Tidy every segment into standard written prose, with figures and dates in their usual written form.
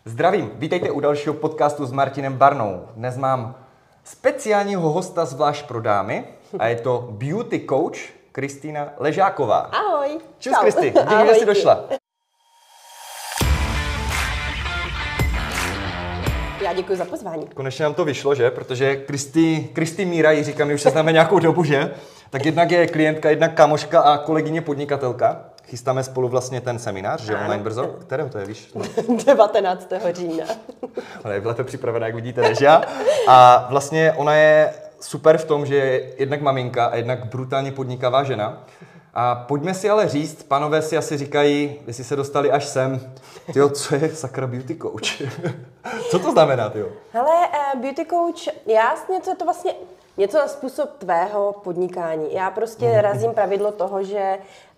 Zdravím, vítejte u dalšího podcastu s Martinem Barnou. Dnes mám speciálního hosta zvlášť pro dámy a je to beauty coach Kristýna Ležáková. Ahoj. Čus Kristi, díky, že jsi došla. Já děkuji za pozvání. Konečně nám to vyšlo, že? Protože Kristi Míra, ji říkám, my už se známe nějakou dobu, že? Tak jednak je klientka, jednak kamoška a kolegyně podnikatelka. Chystáme spolu vlastně ten seminář, že online brzo? Kterého to je, víš? 19. října. Ale byla to připravená, jak vidíte, než já. A vlastně ona je super v tom, že je jednak maminka a jednak brutálně podnikavá žena. A pojďme si ale říct, panové si asi říkají, jestli se dostali až sem, tyjo, co je sakra beauty coach? Co to znamená, tyjo? Hele, beauty coach, jasně, co je to vlastně něco na způsob tvého podnikání. Já prostě razím pravidlo toho, že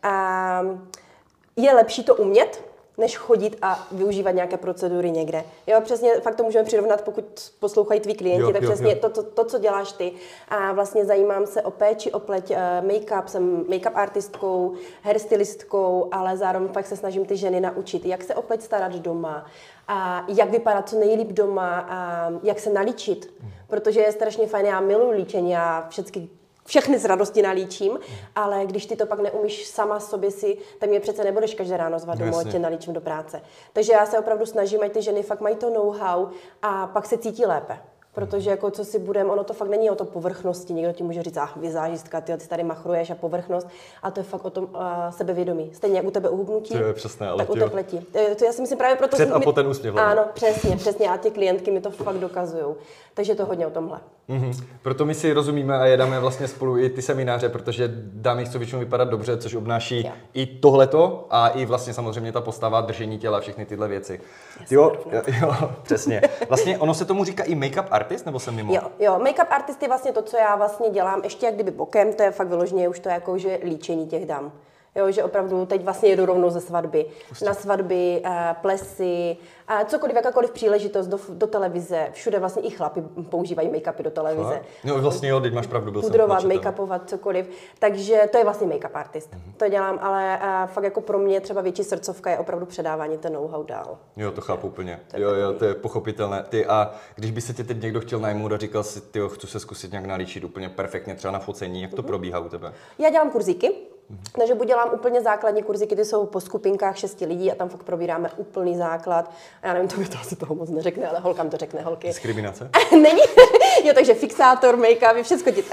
je lepší to umět, než chodit a využívat nějaké procedury někde. Jo, přesně, fakt to můžeme přirovnat, pokud poslouchají tví klienti, tak přesně to, co děláš ty. A vlastně zajímám se o péči, o pleť, make-up, jsem make-up artistkou, hairstylistkou, ale zároveň pak se snažím ty ženy naučit, jak se o pleť starat doma, a jak vypadat co nejlíp doma, a jak se nalíčit. Protože je strašně fajn, já miluji líčení, já všechny z radosti nalíčím, ale když ty to pak neumíš sama sobě si, tak mě přece nebudeš každé ráno zvat domů, tě nalíčím do práce. Takže já se opravdu snažím, ať ty ženy fakt mají to know-how a pak se cítí lépe. Protože jako co si budeme, ono to fakt není o to povrchnosti, někdo ti může říct, vizážistka, ty tady machruješ a povrchnost, ale to je fakt o tom sebevědomí. Stejně jak u tebe uhubnutí, tak u té pleti. To já si myslím právě proto... Před a po ten úsměv. Ano, přesně, a ty klientky mi to fakt dokazujou. Takže to hodně o tomhle. Proto my si rozumíme a jedeme vlastně spolu i ty semináře, protože dámy chcou většinou vypadat dobře, což obnáší i tohleto a i vlastně samozřejmě ta postava, držení těla, všechny tyhle věci. Jo, přesně. Vlastně ono se tomu říká i make-up artist, nebo jsem mimo? Jo, make-up artist je vlastně to, co já vlastně dělám, ještě jak kdyby bokem, to je fakt vyloženě už to jako, že líčení těch dam. Jo, že opravdu teď vlastně jedu rovnou ze svatby. Na svatby, plesy, cokoliv, jakákoliv příležitost do televize. Všude vlastně i chlapi používají make-upy do televize. No vlastně jo, teď máš pravdu, byl pudrovat, make-upovat, cokoliv. Takže to je vlastně make-up artist. To dělám, ale fakt jako pro mě třeba větší srdcovka je opravdu předávání ten know-how dál. Jo, to chápu úplně. Jo, to je pochopitelné. A když by se tě teď někdo chtěl najmout a říkal si, tyjo, chci se zkusit nějak nalíčit úplně perfektně, třeba na focení, jak to probíhá u tebe? Já dělám kurzíky. Takže buď dělám úplně základní kurzy, ty jsou po skupinkách 6 lidí a tam fakt probíráme úplný základ. A já nevím, to asi toho moc neřekne, ale holkám to řekne, holky. Diskriminace? Není. Jo, takže fixátor, make-up, všechno ti.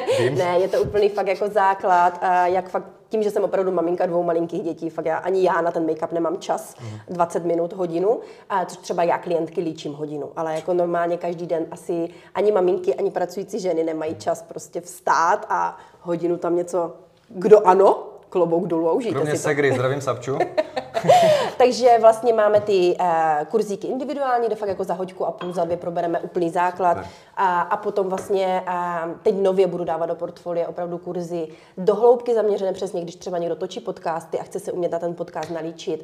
Ne, je to úplný fakt jako základ, jak fakt tím, že jsem opravdu maminka 2 malinkých dětí, fakt ani já na ten make-up nemám čas, 20 minut, hodinu, a třeba já klientky líčím hodinu, ale jako normálně každý den asi ani maminky, ani pracující ženy nemají čas prostě vstát a hodinu tam něco. Kdo ano, klobouk dolů a užijte Kromě si to. segry, zdravím Sapču. Takže vlastně máme ty kurzíky individuální, kde fakt jako za hoďku a půl, za 2 probereme úplný základ. A potom vlastně teď nově budu dávat do portfolia opravdu kurzy do hloubky zaměřené přesně, když třeba někdo točí podcasty a chce se umět na ten podcast nalíčit.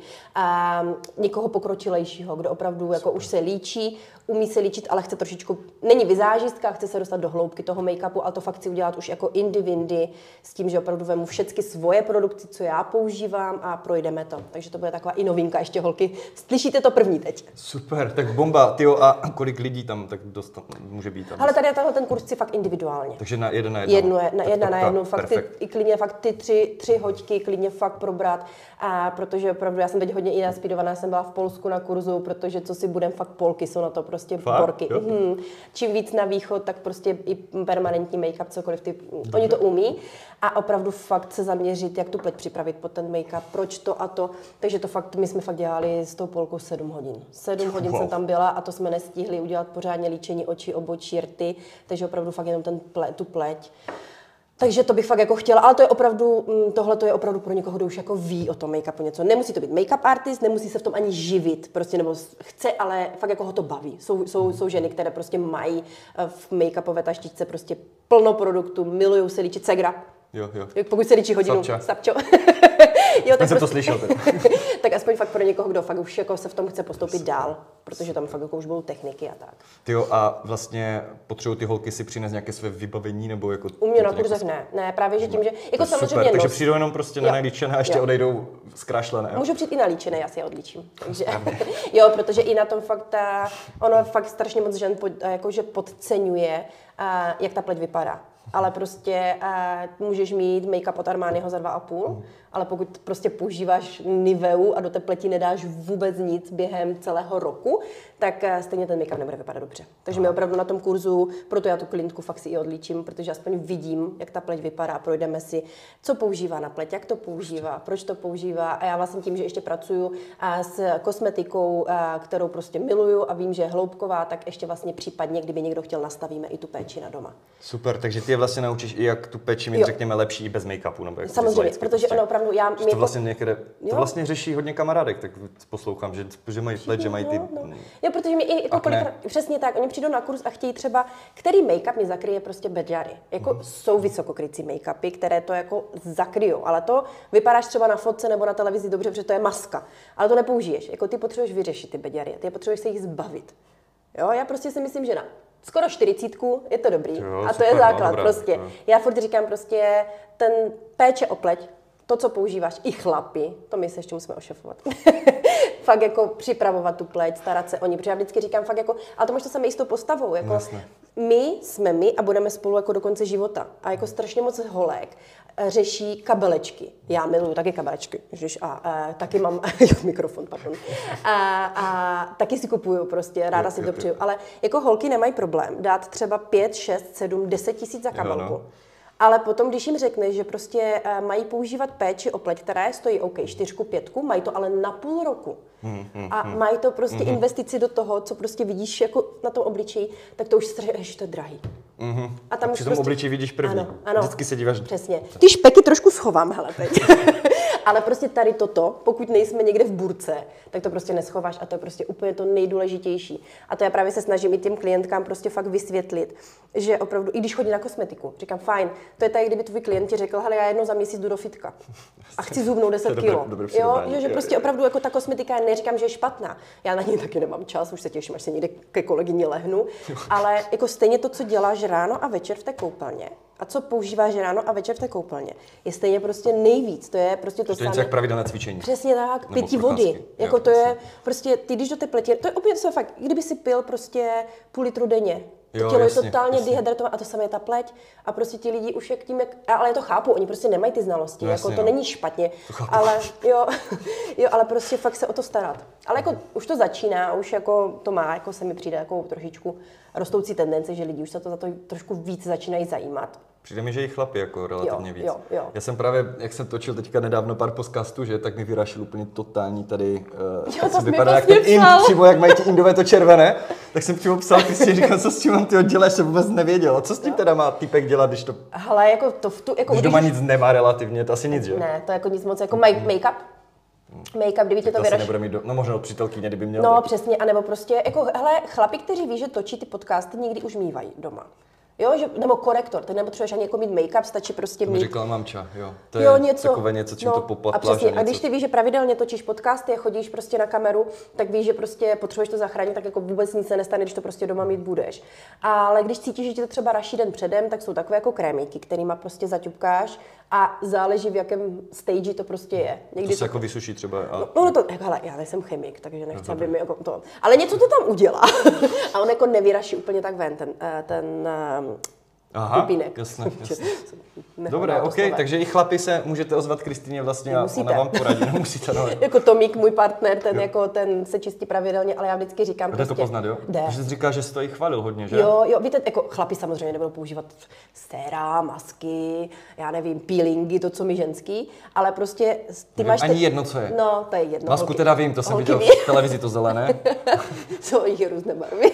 Někoho pokročilejšího, kdo opravdu jako už se líčí, umí se líčit, ale chce trošičku, není vizážistka, chce se dostat do hloubky toho make-upu, ale to fakt chci udělat už jako indivindy s tím, že opravdu vemu všechny svoje produkty, co já používám a projdeme to. Takže to bude taková i novinka ještě, holky. Slyšíte to první teď. Super, tak bomba. Tyjo, a kolik lidí tam tak může být? Ale tady je ten kurz si fakt individuálně. Takže na jeden na jednu. Jedna na jednu, fakt i klidně fakt ty tři hoďky klidně fakt probrat. A protože opravdu já jsem teď hodně inspirovaná, jsem byla v Polsku na kurzu, protože co si budem, fakt Polky jsou na to prostě borky. Čím víc na východ, tak prostě i permanentní make-up, cokoliv, oni to umí. A opravdu fakt se zaměřit, jak tu pleť připravit pod ten make-up, proč to a to. Takže to fakt, my jsme fakt dělali s tou Polkou 7 hodin. 7 hodin jsem tam byla a to jsme nestihli udělat pořádně líčení očí, obočí, rty, takže opravdu fakt jenom tu pleť. Takže to bych fakt jako chtěla, ale to je opravdu, tohle to je opravdu pro někoho, kdo už jako ví o tom make-upu něco. Nemusí to být make-up artist, nemusí se v tom ani živit, prostě, nebo chce, ale fakt jako ho to baví. Jsou ženy, které prostě mají v make-upové taštičce prostě plno produktů, milujou se líčit. Segra, Jo. Pokud se líčí hodinu. Sapčo. Jo, tak jsem to slyšel. Tak aspoň fakt pro někoho, kdo fakt už jako se v tom chce postoupit dál, protože tam fakt jako už budou techniky a tak. Tyjo, a vlastně potřebují ty holky si přinést nějaké své vybavení nebo jako... U mě na kurzech ne, právě že tím, že jako samozřejmě super, takže přijdou jenom prostě nenalíčené a ještě odejdou zkrášlené. Můžu přijít i nalíčené, já si je odlíčím. Takže, jo, protože i na tom fakt, ono fakt strašně moc žen jakože podceňuje, jak ta pleť vypadá. Ale prostě můžeš mít make-up od Armaniho za 2,5, ale pokud prostě používáš Niveu a do té pleti nedáš vůbec nic během celého roku, tak stejně ten make-up nebude vypadat dobře. Takže my opravdu na tom kurzu, proto já tu klientku fakt si i odlíčím, protože aspoň vidím, jak ta pleť vypadá, projdeme si, co používá na pleť, jak to používá, proč to používá. A já vlastně tím, že ještě pracuju s kosmetikou, kterou prostě miluju a vím, že je hloubková, tak ještě vlastně případně, kdyby někdo chtěl, nastavíme i tu péči na doma. Super, takže ty je vlastně naučíš i jak tu péči mít, řekněme, lepší i bez make-upu, nebo jak samozřejmě, protože ono opravdu to vlastně někde, to vlastně řeší hodně kamarádek, tak poslouchám, že mají pleť, že mají ty... Jo, protože mi i jako přesně tak, oni přijdou na kurz a chtějí třeba, který make-up mi zakryje prostě bedžary. Jako jsou vysokokrycí make-upy, které to jako zakryjou, ale to vypadáš třeba na fotce nebo na televizi dobře, protože to je maska, ale to nepoužiješ. Jako ty potřebuješ vyřešit ty bedžary, ty potřebuješ se jich zbavit. Jo, já prostě si myslím, že na skoro 40 je to dobrý. Jo, a to super, je základ dobrá, prostě. No. Já furt říkám prostě, ten péče o pleť, to, co používáš, i chlapi, to my se ještě musíme ošefovat. Fakt jako připravovat tu pleť, starat se o ní, protože já vždycky říkám fakt jako, ale to možná se s tou postavou, jako my jsme my a budeme spolu jako do konce života. A jako strašně moc holek řeší kabelečky. Já miluju taky kabelečky, taky mám mikrofon, pardon. A taky si kupuju prostě, ráda si to přiju. Ale jako holky nemají problém dát třeba 5, 6, 7, 10 tisíc za kabelku. Ale potom, když jim řekneš, že prostě mají používat péči o pleť, která stojí OK, 4, 5, mají to ale na půl roku. A mají to prostě investici do toho, co prostě vidíš jako na tom obličeji, tak to už to je drahý. A tam už při tom prostě... obličeji vidíš první. Ano. Vždycky se díváš. Přesně. Ty špeky trošku schovám, hele teď. Ale prostě tady toto, pokud nejsme někde v burce, tak to prostě neschováš a to je prostě úplně to nejdůležitější. A to já právě se snažím i těm klientkám prostě fakt vysvětlit, že opravdu, i když chodí na kosmetiku, říkám fajn, to je tak, kdyby tvůj klient ti řekl, hele, já jednou za měsíc jdu do fitka a chci zhubnout 10 kilo. Jo, že prostě opravdu jako ta kosmetika, neříkám, že je špatná. Já na ní taky nemám čas, už se těším, až se někde ke kolegyni lehnu, ale jako stejně to, co děláš ráno a večer v té koupelně, a co používáš ráno a večer v té koupelně, je stejně prostě nejvíc. To je prostě to samé. To je jak pravidelné cvičení. Přesně tak, pití vody. Jako to je prostě, ty když do té pleti, to je opět se fakt, kdyby si pil prostě půl litru denně, to tělo je totálně dehydratované a to samé je ta pleť. A prostě ti lidi už jak tím, ale já to chápu, oni prostě nemají ty znalosti, jako to není špatně, ale jo, ale prostě fakt se o to starat. Ale jako už to začíná, už jako to má, jako se mi přijde jako trošičku rostoucí tendence, že lidi už se to za to trošku víc začínají zajímat. Přijde mi, že i chlapi jako relativně víc. Jo. Já jsem právě, jak jsem točil teďka nedávno pár podcastů, že, tak mi vyrášil úplně totální tady, to vypadá jak ten přímo, jak mají ti Indové to červené, tak jsem přímo psal, Kristě, říkal, co s tím ty děláš, jsem vůbec nevěděl. A co s tím teda má týpek dělat, když to... Hele, jako to jako když doma nic nemá relativně, to asi nic, že? Ne, to jako nic moc, jako make-up. Make-up, kdyby tě to vyraš... nebude mít no možná od přítelkyně, kdyby měl. No tak. Přesně, anebo prostě, jako hele, chlapi, kteří ví, že točí ty podcasty, někdy už mývají doma. Jo, že, nebo korektor, ty nepotřebuješ ani jako mít make-up, stačí prostě mít... Říkala mamča, jo. To je něco, takové něco, čím to poplatláš. A přesně, a když ty víš, že pravidelně točíš podcasty a chodíš prostě na kameru, tak víš, že prostě potřebuješ to zachránit, tak jako vůbec nic se nestane, když to prostě doma mít budeš. Ale když cítíš, že ti to třeba raší den předem, tak jsou takové jako krémíky, kterýma prostě zaťupkáš a záleží, v jakém stage to prostě je. Někdy to se jako vysuší třeba. A... No to, hele, já nejsem chemik, takže nechci, aby mi jako to... Ale něco to tam udělá. A on jako nevyraší úplně tak ven, ten pupínek. Jasně. Dobré, OK, takže i chlapi se můžete ozvat Kristýně vlastně a ona vám poradí, nemusíte. No. Jako Tomík, můj partner, ten se čistí pravidelně, ale já vždycky říkám prostě... to poznat, jo? Protože jsi říká, že jsi to i chválil hodně, že? Jo, víte, jako chlapi samozřejmě nebudou používat séra, masky, já nevím, peelingy, to, co my ženský, ale prostě ty máš... Ani jedno, co je. No, to je jedno. Masku teda vím, to jsem viděl v televizi, to zelené. Jsou jich různé barvy.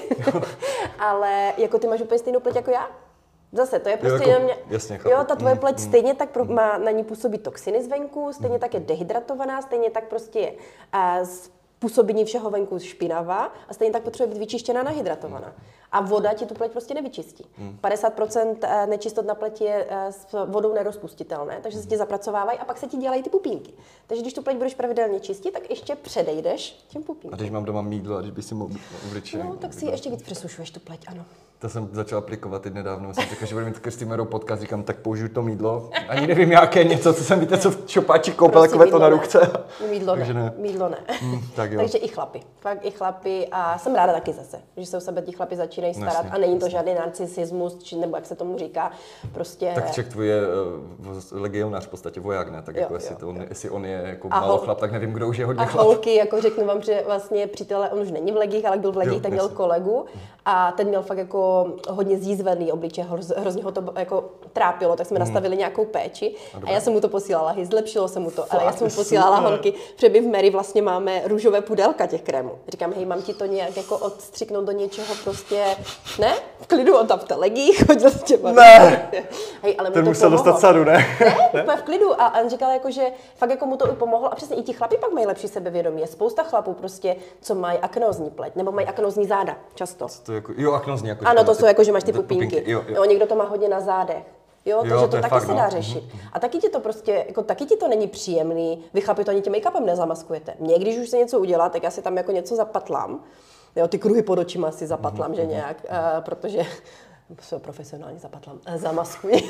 Ale jako ty máš úplně stejnou pleť jako já. Zase, to je prostě jako, jasně, chápu. Jo, ta tvoje pleť stejně tak má na ní působí toxiny zvenku, stejně tak je dehydratovaná, stejně tak prostě je působení všeho venku špinavá a stejně tak potřebuje být vyčištěná, nahydratovaná. A voda ti tu pleť prostě nevyčistí. 50% nečistot na pleti je s vodou nerozpustitelné, takže se ti zapracovávají a pak se ti dělají ty pupínky. Takže když tu pleť budeš pravidelně čistit, tak ještě předejdeš těm pupínkám. A když mám doma mýdlo a když by si mohl uvličit. No, tak si ještě víc přesušuješ tu pleť, ano. To jsem začal aplikovat i nedávno. Jsem řekl, že budu mít s Kristýmerou podcast, říkám, tak použiju to mýdlo. Ani nevím, jaké něco, co jsem, víte, co v šopáči koupil, takové to na ruce. Mýdlo ne. Mýdlo ne. Tak jo. Takže i chlapi. Fakt i chlapi a jsem ráda taky zase, že se o sebe ti chlapi začínají starat jasně, a není to žádný narcisismus, či nebo jak se tomu říká, prostě... Tak Čech tvůj je legionář, v podstatě voják, ne? Tak jako jestli on je jako málo chlap, tak nevím, kdo už je hodně chlap. A holky, jako řeknu vám, že vlastně přítelé, on už není v legích, ale byl v legích, tak měl kolegu a ten měl fakt jako hodně zjízvený obličej, hrozně ho to jako trápilo, tak jsme nastavili nějakou péči a já jsem mu to posílala, zlepšilo se mu to, ale já jsem mu posílala holky, protože my v Mary vlastně máme růžové pudelka těch krémů. Říkám, hej, mám ti to nějak jako odstřiknout do něčeho prostě, ne? V klidu, on tam v té legích chodil s těma. Ne! Hej, ale ten musel dostat sadu, ne? Ne, úplně v klidu a on říkal jako, že fakt jako mu to i pomohlo a přesně i ti chlapi pak mají lepší sebevědomí. Je spousta chlapů prostě, co mají aknózní pleť, nebo mají aknózní záda, často. To jako, jo, aknózní, jako ano, to jsou jako, že máš ty pupínky. Jo. Někdo to má hodně na zádech. Jo, takže to taky fakt, se dá řešit. A taky ti to prostě, jako taky ti to není příjemný, vy chlapi to ani tím make-upem nezamaskujete. Mně, když už se něco udělá, tak já si tam jako něco zapatlám. Jo, ty kruhy pod očima si zapatlám, že nějak, protože se profesionálně zapatlám, zamaskuji.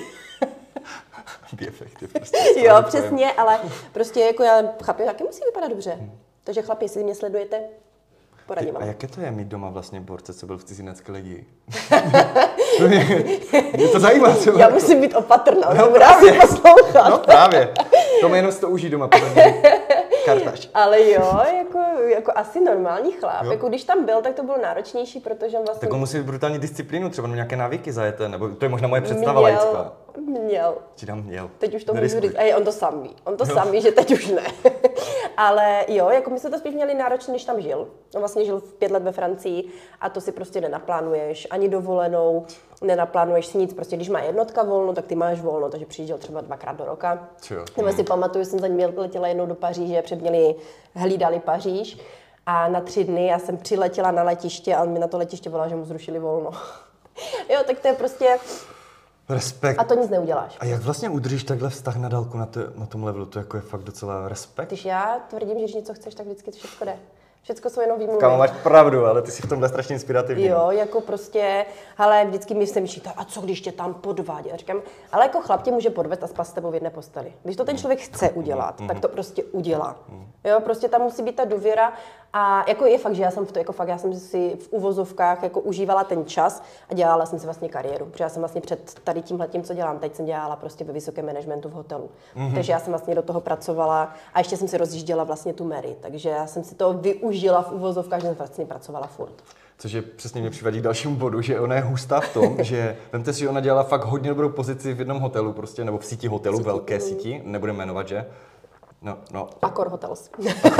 Prostě jo, přesně, ale prostě jako já chlapi taky musí vypadat dobře. Takže chlapi, jestli mě sledujete, poradím vám. A jaké to je mít doma vlastně borce, co byl v cizinecké legii? Mě to zajímá. Já musím být opatrná, dobrá poslouchat. No právě, to mě jenom z toho užít doma. Kartáš. Ale jo, jako asi normální chlap. Jako když tam byl, tak to bylo náročnější, protože on vlastně... Tak on musí být brutální disciplínu, třeba nějaké návyky zajeté, nebo to je možná moje představa laická. Měl. Teď už to můžu říct. A on to sám ví. On to sám ví, že teď už ne. Ale jo, jako my jsme to spíš měli náročné, když tam žil. On vlastně žil 5 let ve Francii a to si prostě nenaplánuješ ani dovolenou, nenaplánuješ si nic. Prostě když má jednotka volno, tak ty máš volno, takže přijížděl třeba 2krát do roka. Nebo si pamatuju, jsem za ním letěla jednou do Paříže, hlídali Paříž a na 3 dny já jsem přiletěla na letiště a on mi na to letiště volal, že mu zrušili volno. Jo, tak to je prostě... Respekt. A to nic neuděláš. A jak vlastně udržíš takhle vztah na dálku na tom levelu? To jako je fakt docela respekt. Když já tvrdím, že když něco chceš, tak vždycky to všechno jde. Všechno jsou jenom výmluvy. Kámo, máš pravdu, ale ty jsi v tomhle strašně inspirativní. Jo, jako prostě, ale vždycky mi se myšlí, a co když tě tam podvádí? A říkám, ale jako chlap tě může podvést a spát s tebou v jedné posteli. Když to ten člověk chce udělat, tak to prostě udělá. Jo, prostě tam musí být ta důvěra a jako je fakt, že já jsem v to, jako fakt, já jsem si v uvozovkách jako užívala ten čas a dělala jsem si vlastně kariéru. Protože já jsem vlastně před tady tímhletím, co dělám, teď jsem dělala prostě ve vysokém managementu v hotelu. Takže já jsem vlastně do toho pracovala a ještě jsem si rozjížděla vlastně tu Mary, takže já jsem si to využila v uvozovkách, že jsem vlastně pracovala furt. Což je přesně mě přivádí k dalšímu bodu, že ona je hustá v tom, že vemte si, že ona dělala fakt hodně dobrou pozici v jednom hotelu, prostě, nebo v síti hotelů, velké síti, nebudeme jmenovat, že? No. Accor Hotels.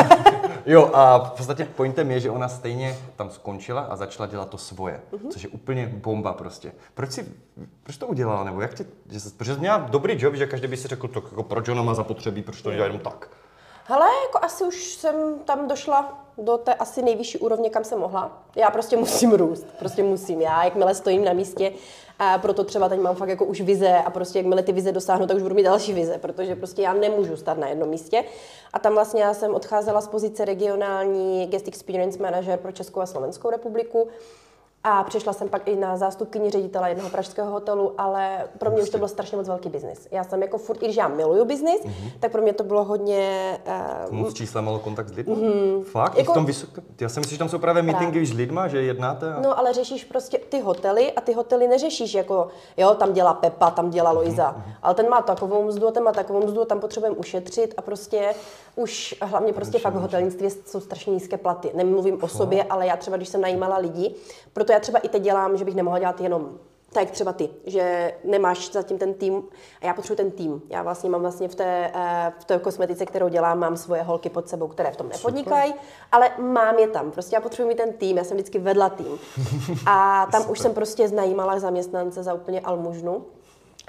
Jo, a v podstatě pointem je, že ona stejně tam skončila a začala dělat to svoje, což je úplně bomba prostě. Proč to udělala, nebo jak protože jsi měla dobrý job, že každý by si řekl, tak jako proč ona má zapotřebí, proč to dělá jenom tak? Hele, jako asi už jsem tam došla do té asi nejvyšší úrovně, kam jsem mohla. Já prostě musím růst, prostě musím. Já jakmile stojím na místě, a proto třeba teď mám fakt jako už vize a prostě jakmile ty vize dosáhnu, tak už budu mít další vize, protože prostě já nemůžu stát na jednom místě. A tam vlastně já jsem odcházela z pozice regionální guest experience manager pro Českou a Slovenskou republiku. A přešla jsem pak i na zástupkyni ředitele jednoho pražského hotelu, ale pro mě už to byl strašně moc velký biznis. Já jsem jako furt, i když já miluju biznis, tak pro mě to bylo hodně... Moc čísla, malo kontakt s lidmi? Fakt? Jako, I v tom vysokém? Já si myslím, že tam jsou právě meetingy s lidma, že jednáte? No, ale řešíš prostě ty hotely a ty hotely neřešíš jako, jo, tam dělá Pepa, tam dělá Lojza, ale ten má takovou mzdu a ten má takovou mzdu a tam potřebujeme ušetřit a prostě už hlavně prostě fakt v hotelnictví jsou strašně nízké platy. Nemluvím o sobě, ale já třeba, když jsem najímala lidi, proto já třeba i teď dělám, že bych nemohla dělat jenom tak jak třeba ty, že nemáš zatím ten tým a já potřebuji ten tým. Já vlastně mám vlastně v té kosmetice, kterou dělám, mám svoje holky pod sebou, které v tom nepodnikají, ale mám je tam. Prostě já potřebuji mít ten tým, já jsem vždycky vedla tým. A tam už jsem prostě najímala zaměstnance za úplně almužnu.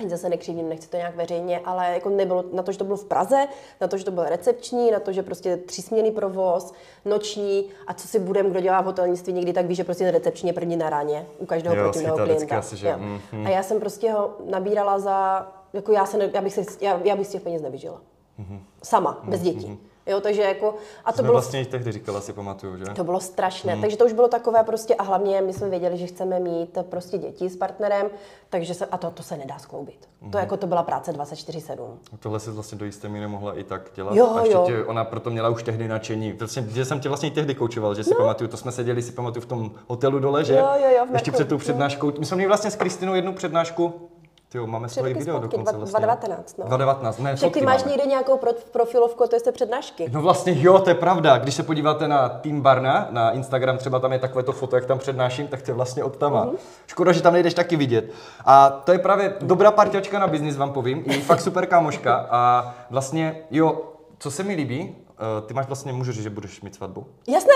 Zase nekřivím, nechci to nějak veřejně, ale jako nebylo na to, že to bylo v Praze, na to, že to byl recepční, na to, že prostě 3směnný provoz, noční a co si budem, kdo dělá v hotelnictví někdy, tak ví, že prostě recepční je první na ráně u každého protivného klienta. Asi, že... A já jsem prostě ho nabírala za, jako já bych z těch peněz nevyžila. Sama, bez dětí. Jo, takže jako, a to bylo vlastně i tehdy říkala, si pamatuju, že? To bylo strašné, takže to už bylo takové prostě a hlavně my jsme věděli, že chceme mít prostě děti s partnerem, takže to se nedá skloubit. To jako to byla práce 24/7. Tohle si vlastně do jisté míry mohla i tak dělat. Jo, a ještě ona proto měla už tehdy nadšení. Že jsem tě vlastně i tehdy koučoval, že si pamatuju, to jsme seděli, si pamatuju v tom hotelu dole, že? Jo, ještě před tou přednáškou. My jsme měli vlastně s Kristinou jednu přednášku. Tyjo, máme svoje video dokonce vlastně. 2019, no. 2019, ne, však ty máš někde nějakou profilovku, to jste přednášky. No vlastně jo, to je pravda. Když se podíváte na Team Barna, na Instagram, třeba tam je takovéto foto, jak tam přednáším, tak to je vlastně od tama. Škoda, že tam nejdeš taky vidět. A to je právě dobrá parťačka na biznis, vám povím. Je fakt super kámoška a vlastně, jo, co se mi líbí, ty máš vlastně, můžu říct, že budeš mít svatbu? Jasné.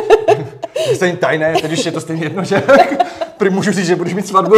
To je tajné, teď už je to stejně jedno, že? Prý můžu říct, že budeš mít svatbu.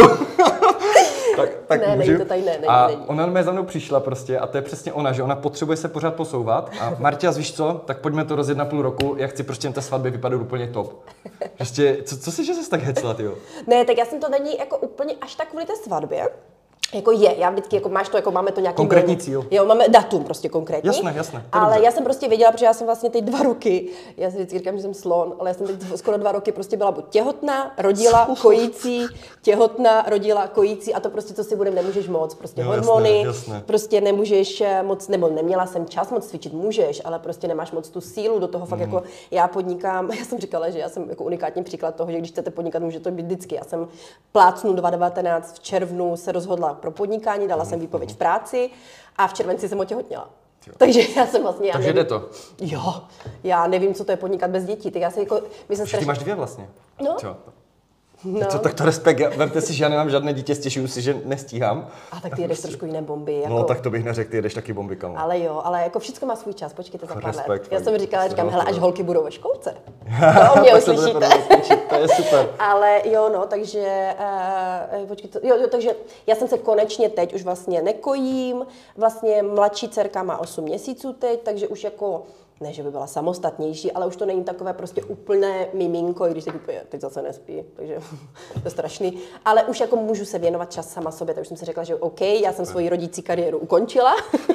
Tak ne, můžu. není to tajné, A není. ona za mnou přišla prostě a to je přesně ona, že ona potřebuje se pořád posouvat a Marťa, víš co, tak pojďme to rozjet na půl roku, já chci prostě ta svatby vypadat úplně top. Prostě, co si, že jsi tak hecla, tyjo? Ne, tak já jsem to není jako úplně až tak kvůli té svatbě. Jako já vždycky, jako máš to, jako máme to nějaký... Konkrétní cíl. Jo, máme datum prostě konkrétní. Jasné. Ale já jsem prostě věděla, protože já jsem vlastně teď 2 roky, já si vždycky říkám, že jsem slon, ale já jsem teď skoro 2 roky prostě byla buď těhotná, rodila, kojící, těhotná, rodila, kojící a to prostě, co si budeme, nemůžeš moc, prostě jo, hormony, jasné. prostě nemůžeš moc, nebo neměla jsem čas moc cvičit, můžeš, ale prostě nemáš moc tu sílu do toho, fakt jako já podnikám, já jsem říkala, že já jsem jako unikátní příklad toho, že když chcete podnikat, může to být vždycky. Já jsem plácnu 2019 v červnu se rozhodla pro podnikání, dala jsem výpověď v práci a v červenci jsem otěhotněla. Takže já jsem vlastně... Takže jde to? Jo, já nevím, co to je podnikat bez dětí, tak já se jako... Ty máš 2 vlastně? No. No. Tak to respekt, vemte si, že já nemám žádné dítě, stěžuju si, že nestíhám. A tak ty jedeš trošku jiné bomby. Jako... No tak to bych neřekl, ty jedeš taky bomby, kamo. Ale jo, ale jako všechno má svůj čas, počkejte za pár respekt, let. Já jsem říkala, hele, až holky budou ve školce. To mě uslyšíte. To je super. Ale jo, no, takže, počkejte, takže já jsem se konečně teď už vlastně nekojím, vlastně mladší dcerka má 8 měsíců teď, takže už jako ne, že by byla samostatnější, ale už to není takové prostě úplné miminko, i když teď zase nespí, takže to je strašný. Ale už jako můžu se věnovat čas sama sobě, takže jsem si řekla, že OK, já jsem svoji rodící kariéru ukončila.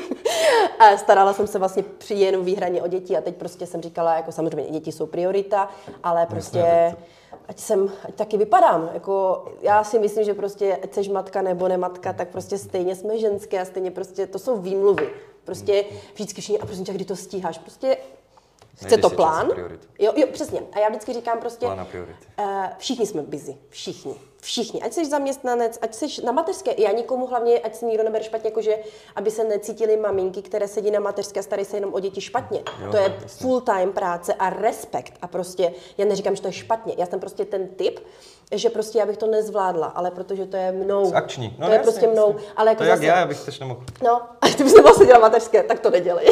A starala jsem se vlastně jen výhradně o děti a teď prostě jsem říkala, jako samozřejmě děti jsou priorita, ale prostě ať taky vypadám. Jako, já si myslím, že prostě ať seš matka nebo nematka, tak prostě stejně jsme ženské a stejně prostě to jsou výmluvy. Prostě vždycky všichni, a prosím tě, kdy to stíháš, prostě chce to plán. Jo, přesně. A já vždycky říkám prostě, všichni jsme busy, všichni. Ať jsi zaměstnanec, ať jsi na mateřské. Já nikomu hlavně, ať se nikdo nebere špatně, jakože, aby se necítili maminky, které sedí na mateřské a starají se jenom o děti špatně. To je full time práce a respekt. A prostě, já neříkám, že to je špatně. Já jsem prostě ten typ, že prostě já bych to nezvládla, ale protože to je mnou. Akční. No, to je prostě mnou. Ale jako to je zase... jak já bych tež nemohl. No, a ty bys nemohl sedět na mateřské, tak to nedělej.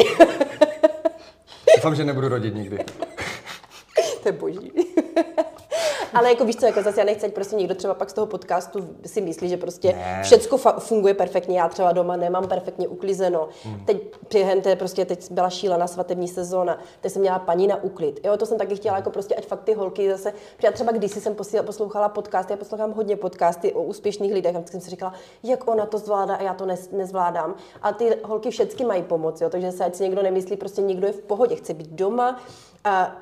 Doufám, že nebudu rodit nikdy. To je boží. Ale jako víš co, jako zase já nechci, ať prostě někdo třeba pak z toho podcastu si myslí, že prostě všecko funguje perfektně. Já třeba doma nemám perfektně uklizeno. Teď byla šílená svatební sezóna, teď jsem měla paní na úklid. Jo, to jsem taky chtěla, jako prostě, ať fakt ty holky zase, já třeba kdysi jsem poslouchala podcasty, já poslouchám hodně podcasty o úspěšných lidech, a jsem si říkala, jak ona to zvládá a já to nezvládám. A ty holky všechny mají pomoc, jo, takže se ať si někdo nemyslí, prostě někdo je v pohodě, chce být doma. A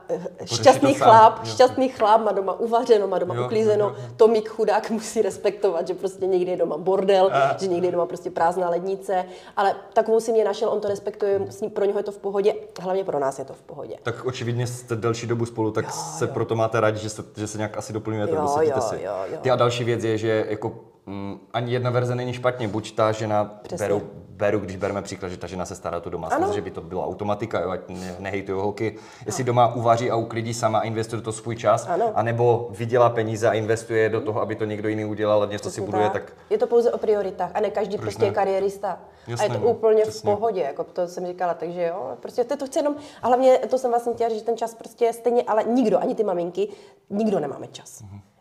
šťastný chlap má doma uvařeno, má doma uklízeno. Tomík chudák musí respektovat, že prostě někdy je doma bordel, že někdy je doma prostě prázdná lednice, ale takovou si mě našel, on to respektuje, pro něho je to v pohodě, hlavně pro nás je to v pohodě. Tak očividně jste delší dobu spolu, tak se proto máte rádi, že se nějak asi doplňujete, dosadíte si. A další věc je, že jako ani jedna verze není špatně, buď ta žena, beru, když bereme příklad, že ta žena se stará tu domácnost, že by to byla automatika, jo, ať nehejtují holky, jestli doma uvaří a uklidí sama a investuje do toho svůj čas, anebo vydělá peníze a investuje do toho, aby to někdo jiný udělal a něco si buduje, tak... Je to pouze o prioritách a ne každý prostě je kariérista. Jasně, a je to úplně v pohodě, jako to jsem říkala, takže jo, prostě to chci jenom, a hlavně to jsem vlastně chtěla říct, že ten čas prostě je stejně, ale nikdo, ani ty maminky, nikdo nemáme čas.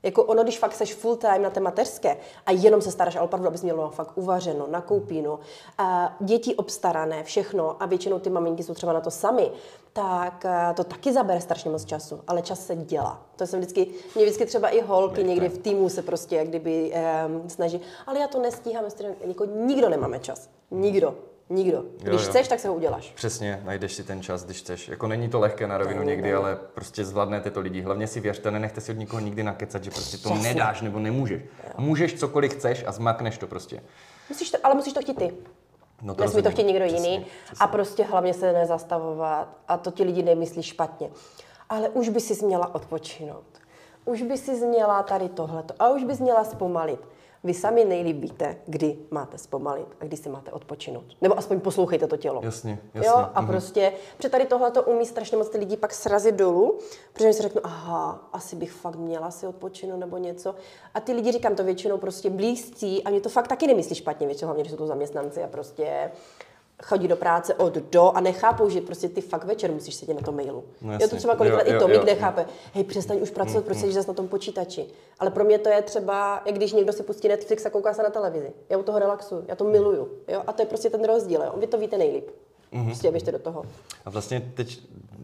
Jako ono, když fakt seš full time na té mateřské a jenom se staráš, ale opravdu, abys mělo fakt uvařeno, nakoupíno, děti obstarané, všechno a většinou ty maminky jsou třeba na to sami, tak to taky zabere strašně moc času, ale čas se dělá. To jsem mě vždycky třeba i holky někdy v týmu se prostě jak kdyby snaží, ale já to nestíhám, nikdo nemáme čas. Nikdo. Když chceš, tak se ho uděláš. Přesně, najdeš si ten čas, když chceš. Jako není to lehké na rovinu někdy, ale prostě zvládnete to lidi. Hlavně si věřte, nenechte si od nikoho nikdy nakecat, že prostě to nedáš nebo nemůžeš. Můžeš cokoliv chceš a zmakneš to prostě. Ale musíš to chtít ty. No to nesmí to chtít někdo jiný. A prostě hlavně se nezastavovat. A to ti lidi nemyslí špatně. Ale už by si měla odpočinout. Už by si měla tady tohleto. A už bys měla zpomalit. Vy sami nejlíp víte, kdy máte zpomalit a kdy si máte odpočinout. Nebo aspoň poslouchejte to tělo. Jasně. Jo? A prostě, protože tady tohleto umí strašně moc ty lidi pak srazit dolů, protože si řeknou, aha, asi bych fakt měla si odpočinout nebo něco. A ty lidi, říkám to většinou prostě blízcí a mě to fakt taky nemyslí špatně, většinou hlavně, že jsou to zaměstnanci a prostě chodí do práce od do a nechápou, že prostě ty fakt večer musíš sedět na tom mailu. No jo, to třeba kolikrát i Tomik nechápe. Hej, přestaň už pracovat, protože jsi zase na tom počítači. Ale pro mě to je třeba, jak když někdo si pustí Netflix a kouká se na televizi. Já u toho relaxuju, já to miluju. Jo? A to je prostě ten rozdíl. Jo? Vy to víte nejlíp. Prostě běžte do toho. A vlastně teď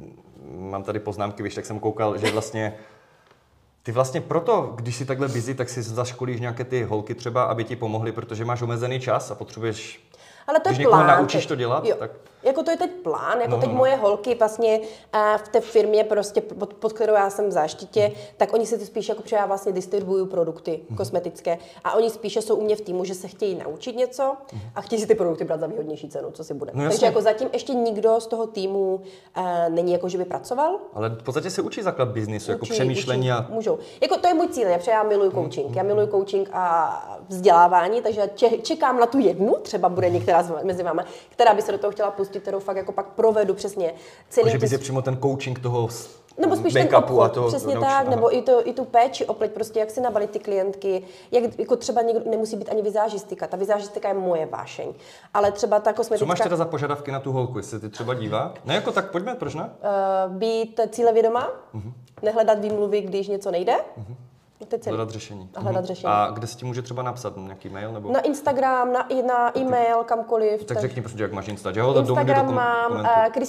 mám tady poznámky, víš, tak jsem koukal, že vlastně ty vlastně proto, když jsi takhle busy, tak si zaškolíš nějaké ty holky třeba, aby ti pomohly, protože máš omezený čas a potřebuješ. Ale to když je plán. Naučíš to dělat, tak. Jako to je teď plán, jako teď moje holky vlastně v té firmě prostě, pod kterou já jsem v záštitě, tak oni si to spíš, jako protože já vlastně distribuju produkty kosmetické a oni spíše jsou u mě v týmu, že se chtějí naučit něco a chtějí si ty produkty brát za výhodnější cenu, co si bude. No takže jako zatím ještě nikdo z toho týmu není jako, že by pracoval. Ale v podstatě se učí základ biznisu, jako přemýšlení a. Můžou. Jako to je můj cíl, protože já miluju coaching. Já miluju coaching a vzdělávání, takže čekám na tu jednu, třeba bude některá mezi vámi, která by se do toho chtěla pustit, kterou fakt jako pak provedu přesně celý. Že bys je přímo ten coaching toho nebo spíš ten obchod, přesně tak, nebo i tu péči opleť, prostě jak si nabalit ty klientky, jak jako třeba někdo nemusí být ani vizážistika, ta vizážistika je moje vášeň, ale třeba ta kosmetická. Co máš teda za požadavky na tu holku, jestli ty třeba dívá? Ne, jako tak pojďme, proč ne? Být cílevědomá, nehledat výmluvy, když něco nejde. Hledat řešení. A kde se ti může třeba napsat nějaký mail? Nebo? Na Instagram, na e-mail, kamkoliv. Tak řekni prostě, jak máš Insta. Instagram mám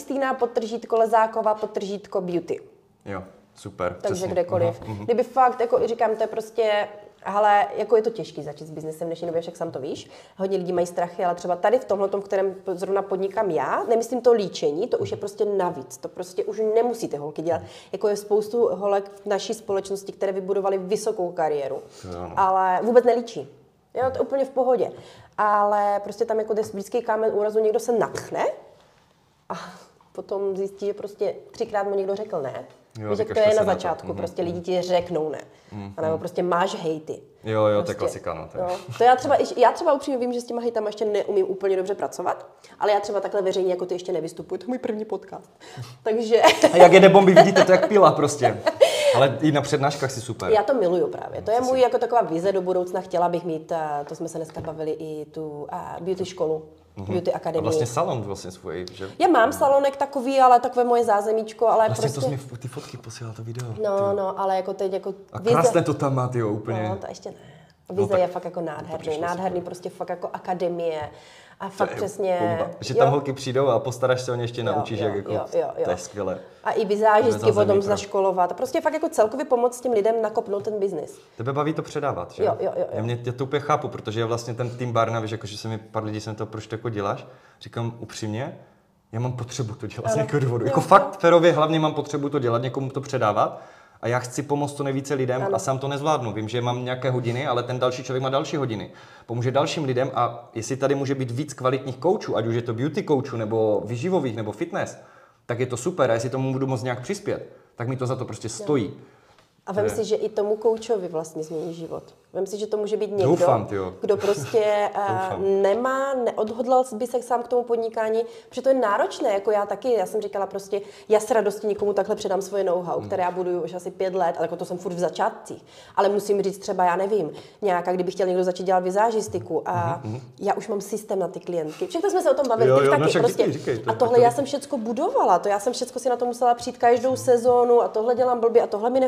Kristýna_Lézáková_beauty. Jo, super. Takže přesně. Kdekoliv. Kdyby fakt, jako říkám, to je prostě, hele, jako je to těžký začít s biznesem v dnešní době, však sám to víš. Hodně lidí mají strachy, ale třeba tady v tomhletom, v kterém zrovna podnikám já, nemyslím to líčení, to už je prostě navíc. To prostě už nemusíte holky dělat. Jako je spoustu holek v naší společnosti, které vybudovaly vysokou kariéru, ale vůbec nelíčí. Jo, to je úplně v pohodě. Ale prostě tam jako jde blízký kámen úrazu, někdo se natchne a potom zjistí, že prostě 3krát mu někdo řekl ne. Víš, jak to je na začátku, prostě lidi ti řeknou ne. A nebo prostě máš hejty. Jo, prostě, to je klasika, no. To já třeba upřímně vím, že s těma hejtama ještě neumím úplně dobře pracovat, ale já třeba takhle veřejně jako ty ještě nevystupuji, to je můj první podcast. Takže. A jak jede bomby, vidíte to jak pila prostě. Ale i na přednáškách si super. Já to miluju právě. To je můj jako taková vize do budoucna. Chtěla bych mít, to jsme se dneska bavili, i tu beauty školu. Beauty akademii. A vlastně salon vlastně svůj, že? Já mám salonek takový, ale takové moje zázemíčko, ale vlastně prostě. To jsi mi ty fotky posílala, to video. No, ale jako teď jako a krásné to tam má, tyjo, úplně. No, to ještě ne. Vize je fakt jako nádherný, prostě fakt jako akademie. A fakt to přesně. Bomba. Že tam holky přijdou a postaráš se o ně ještě naučíš, jak jako. To je skvělé. A i vizážistky potom zaškolovat. A prostě fakt jako celkově pomoct těm lidem nakopnout ten biznis. Tebe baví to předávat, že? Jo. Já to úplně chápu, protože já vlastně ten tým Barna, víš, jako, že se mi pár lidí se to, proč to jako děláš, říkám upřímně, já mám potřebu to dělat z nějakého důvodu. Jako fakt férově hlavně mám potřebu to dělat, někomu to předávat. A já chci pomoct to nejvíce lidem a sám to nezvládnu. Vím, že mám nějaké hodiny, ale ten další člověk má další hodiny. Pomůže dalším lidem a jestli tady může být víc kvalitních koučů, ať už je to beauty koučů, nebo výživových, nebo fitness, tak je to super. A jestli tomu budu moct nějak přispět, tak mi to za to prostě stojí. A vem si, že i tomu koučovi vlastně změní život. Vem si, že to může být někdo, kdo prostě neodhodlal by se sám k tomu podnikání, protože to je náročné, jako já taky, já jsem říkala prostě, já s radostí někomu takhle předám svoje know-how, které já buduju už asi 5 let, ale jako to jsem furt v začátcích. Ale musím říct třeba, já nevím, nějaká, kdyby chtěl někdo začít dělat vizážistiku a já už mám systém na ty klientky. Všechno jsme se o tom bavili, taky prostě. Říkej, a tohle já jsem všecko budovala, já jsem všecko si na to musela přijít každou sezónu a tohle dělám blbě a tohle mi nefunguje.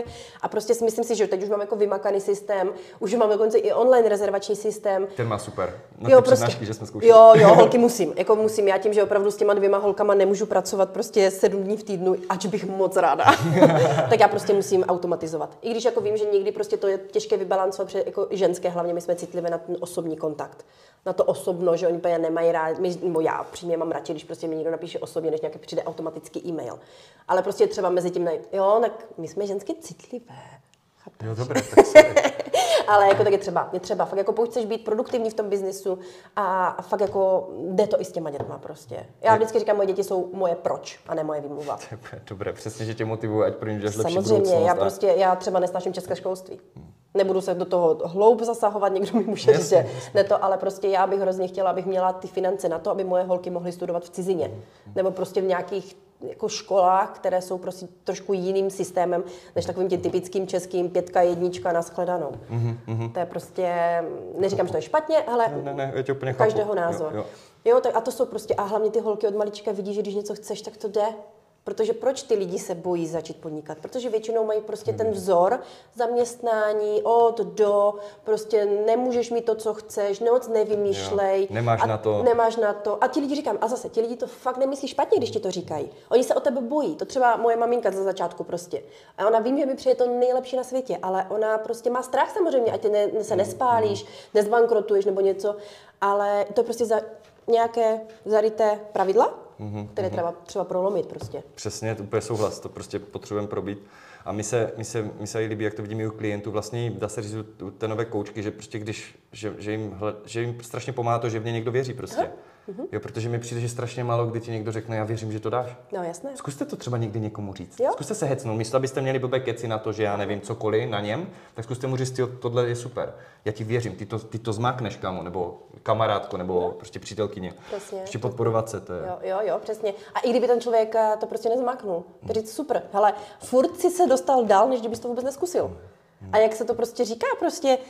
a prostě si myslím si, že teď už mám jako vymakaný systém, už mám dokonce i online rezervační systém. Ten má super. Na ty přednášky, že jsme zkoušeli. Jo, holky musím. Já tím, že opravdu s těma 2 holkama nemůžu pracovat prostě 7 dní v týdnu, ač bych moc ráda. Tak já prostě musím automatizovat. I když jako vím, že někdy prostě to je těžké vybalancovat, protože jako ženské hlavně my jsme citlivé na ten osobní kontakt. Na to osobno, že oni úplně nemají rád, nebo já přímě mám radši, když prostě mi někdo napíše osobně, než nějaký přijde automatický e-mail. Ale prostě třeba mezi tím, jo, tak my jsme žensky citlivé. Jo, dobré, tak sorry. Ale jako tak je třeba fakt jako pokud chceš být produktivní v tom biznisu a fakt jako jde to i s těma dětma prostě. Já vždycky říkám, moje děti jsou moje proč a ne moje výmluva. Dobré, přesně, že tě motivuje, ať pro ně lepší budoucnost. Samozřejmě, já třeba nesnáším české školství. Nebudu se do toho hloub zasahovat, někdo mi může říct, že ne to, ale prostě já bych hrozně chtěla, abych měla ty finance na to, aby moje holky mohly studovat v cizině. Nebo prostě v nějakých jako školách, které jsou prostě trošku jiným systémem, než takovým tím typickým českým 5, 1 na shledanou. To je prostě, neříkám, že to je špatně, ale ne, je to úplně každého názor. Jo, tak a to jsou prostě, a hlavně ty holky od malička vidí, že když něco chceš, tak to jde. Protože proč ty lidi se bojí začít podnikat? Protože většinou mají prostě ten vzor zaměstnání od do, prostě nemůžeš mít to, co chceš, moc nevymýšlej. Nemáš na to. A ti lidi říkám, a zase, ti lidi to fakt nemyslí špatně, když ti to říkají. Oni se o tebe bojí. To třeba moje maminka za začátku prostě. A ona vím, že mi přijde to nejlepší na světě, ale ona prostě má strach samozřejmě, ať se nespálíš, nezbankrotuješ nebo něco, ale to je prostě za nějaké zaryté pravidla, které třeba prolomit prostě. Přesně, to úplně souhlas, to prostě potřebujeme probít. A mi se líbí, jak to vidíme i u klientů, vlastně dá se říct u té nové koučky, že prostě že jim strašně pomáhá to, že v ně někdo věří prostě. Jo, protože mi přijde, že strašně málo kdy ti někdo řekne, já věřím, že to dáš. No jasné. Zkuste to třeba někdy někomu říct. Jo? Zkuste se hecnout, místo abyste měli blbé keci na to, že já nevím cokoliv na něm, tak zkuste mu říct, tohle je super. Já ti věřím, ty to zmákneš, kámo, nebo kamarádko, nebo prostě přítelkyně. Přesně. Ještě podporovat se, to je. Jo, přesně. A i kdyby ten člověk to prostě nezmáknul, to říct super. Hele, furt si se dostal dál, než kdybys to vůbec neskusil. A jak se to prostě říká, prostě